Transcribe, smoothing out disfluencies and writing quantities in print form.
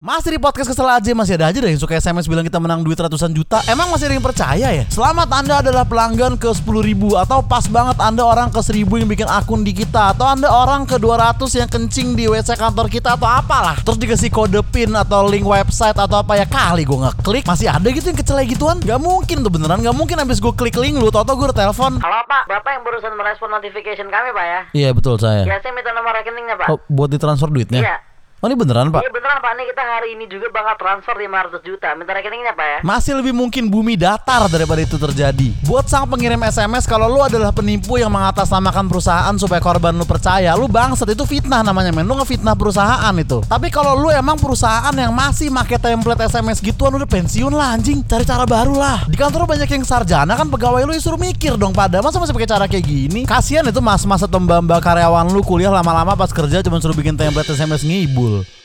Masih di podcast Kesel aja, masih ada aja deh yang suka SMS bilang kita menang duit ratusan juta. Emang masih ada yang percaya ya? Selamat, Anda adalah pelanggan ke 10.000. Atau pas banget Anda orang ke 1.000 yang bikin akun di kita. Atau Anda orang ke 200 yang kencing di WC kantor kita atau apalah. Terus dikasih kode PIN atau link website atau apa ya. Kali gue ngeklik, masih ada gitu yang kecelai gituan. Gak mungkin tuh, beneran gak mungkin abis gue klik link lu tau-tau gue udah telepon. Halo Pak, Bapak yang barusan merespon notification kami Pak ya? Iya betul saya. Ya saya minta nomor rekeningnya Pak. Oh, buat ditransfer duitnya? Iya. Oh ini beneran Pak? Iya beneran Pak, nih kita hari ini juga bakal transfer 500 juta. Minta rekeningnya Pak ya? Masih lebih mungkin bumi datar daripada itu terjadi. Buat sang pengirim SMS, kalau lu adalah penipu yang mengatasnamakan perusahaan supaya korban lu percaya, lu bangsat, itu fitnah namanya men. Lu ngefitnah perusahaan itu. Tapi kalau lu emang perusahaan yang masih make template SMS gituan, udah pensiun lah anjing. Cari cara baru lah. Di kantor banyak yang sarjana kan, pegawai lu disuruh mikir dong pada. Masa masih pakai cara kayak gini? Kasian itu mas-mas atau mbak-mbak karyawan lu kuliah lama-lama pas kerja cuma suruh bikin template SMS ngibul.